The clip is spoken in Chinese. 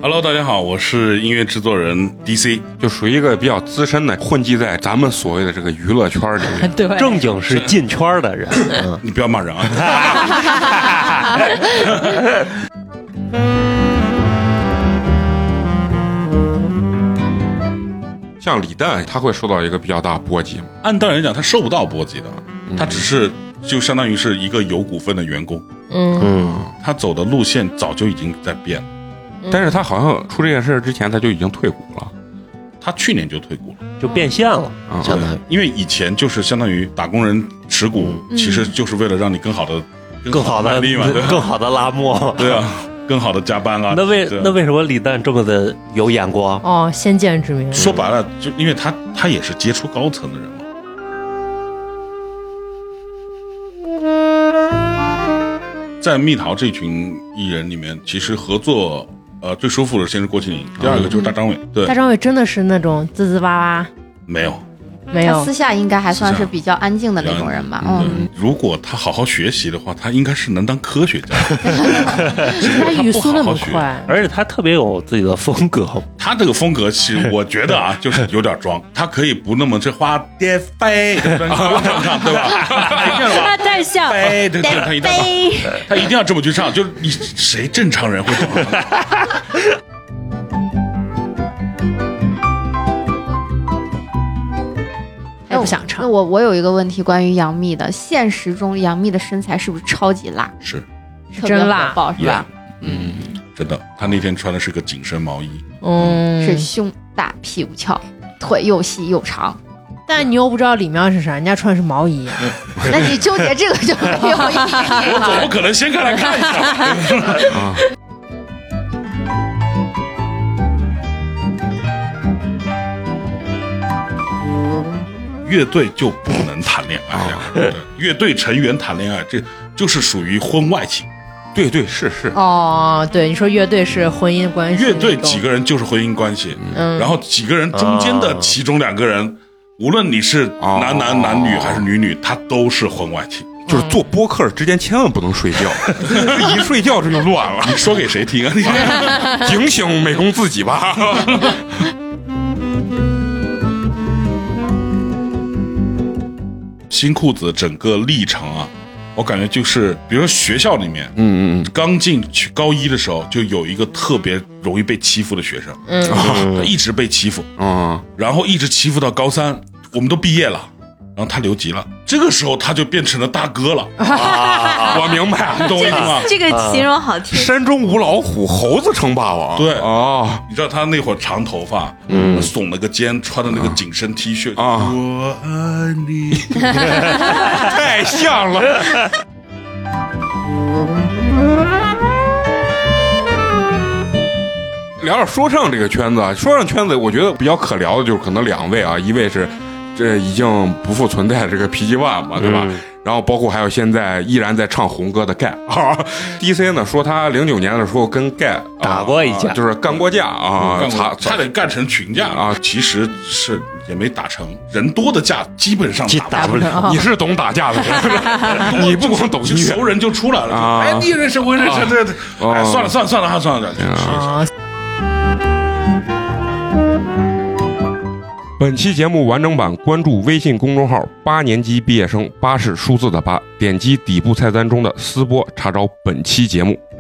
Hello， 大家好，我是音乐制作人 DC， 就属于一个比较资深的，混迹在咱们所谓的这个娱乐圈里面， 对， 正经是进圈的人。 你不要骂人啊！ 像李诞，他会受到一个比较大的波及吗？ 按道理来讲，他受不到波及的，他只是就相当于是一个有股份的员工。他走的路线早就已经在变了。 但是他好像出这件事之前，他就已经退股了。 他去年就退股了， 就变现了，相当于。 因为以前就是相当于打工人持股，其实就是为了让你更好的利嘛， 更好的拉磨， 对啊，更好的加班啊。 那为什么李诞这么的有眼光？ 哦，先见之明。 说白了，就因为他也是接触高层的人嘛。在蜜桃这群艺人里面，其实合作最舒服的先是郭麒麟，第二个就是大张伟。对， 大张伟真的是那种滋滋哇哇？ 没有， 他私下应该还算是比较安静的那种人吧。 如果他好好学习的话，他应该是能当科学家。 他语速那么快， 而且他特别有自己的风格。 他这个风格其实我觉得啊，就是有点装。他可以不那么这花爹飞，对吧？ 他太像， 对，他一定要这么去唱。就是你谁正常人会这么唱？ 不想唱。 那我有一个问题关于杨幂的，现实中杨幂的身材是不是超级辣？ 是， 真辣， 是吧？ 真的。她那天穿的是个紧身毛衣， 是胸大屁股翘，腿又细又长。 但你又不知道里面是啥，人家穿的是毛衣。 那你纠结这个就没有意义了。 我怎么可能先看来看一下？乐队就不能谈恋爱呀？乐队成员谈恋爱，这就是属于婚外情。 对，是。 哦，对，你说乐队是婚姻关系， 乐队几个人就是婚姻关系，然后几个人中间的其中2个人，无论你是男女还是女，他都是婚外情。 就是做播客之间千万不能睡觉，一睡觉这就乱了。 你说给谁听啊？ 警醒美工自己吧。 新裤子整个历程啊，我感觉就是，比如说学校里面，刚进去高1的时候，就有一个特别容易被欺负的学生，他一直被欺负，然后一直欺负到高3，我们都毕业了，然后他留级了，这个时候他就变成了大哥了。 我明白， 你懂我意思吗？ 这个形容好听。 山中无老虎，猴子称霸王。 对你知道他那会儿长头发，耸了个肩，穿的那个紧身 T 恤我爱你， 太像了。聊聊说唱这个圈子啊，说唱圈子我觉得比较可聊的就是可能2位啊，一位是这已经不复存在的这个 PG One 嘛，对吧？然后包括还有现在依然在唱红歌的盖DC 呢说他09年的时候跟盖打过一架， 就是干过架啊， 差点干成群架啊，其实是也没打成，人多的架基本上打不了。 你是懂打架的人，你不光懂音乐， 熟人就出来了。哎，你认识我认识，哎，算了。 本期节目完整版，关注微信公众号8年级毕业生，8是数字的8，点击底部菜单中的私播查找本期节目。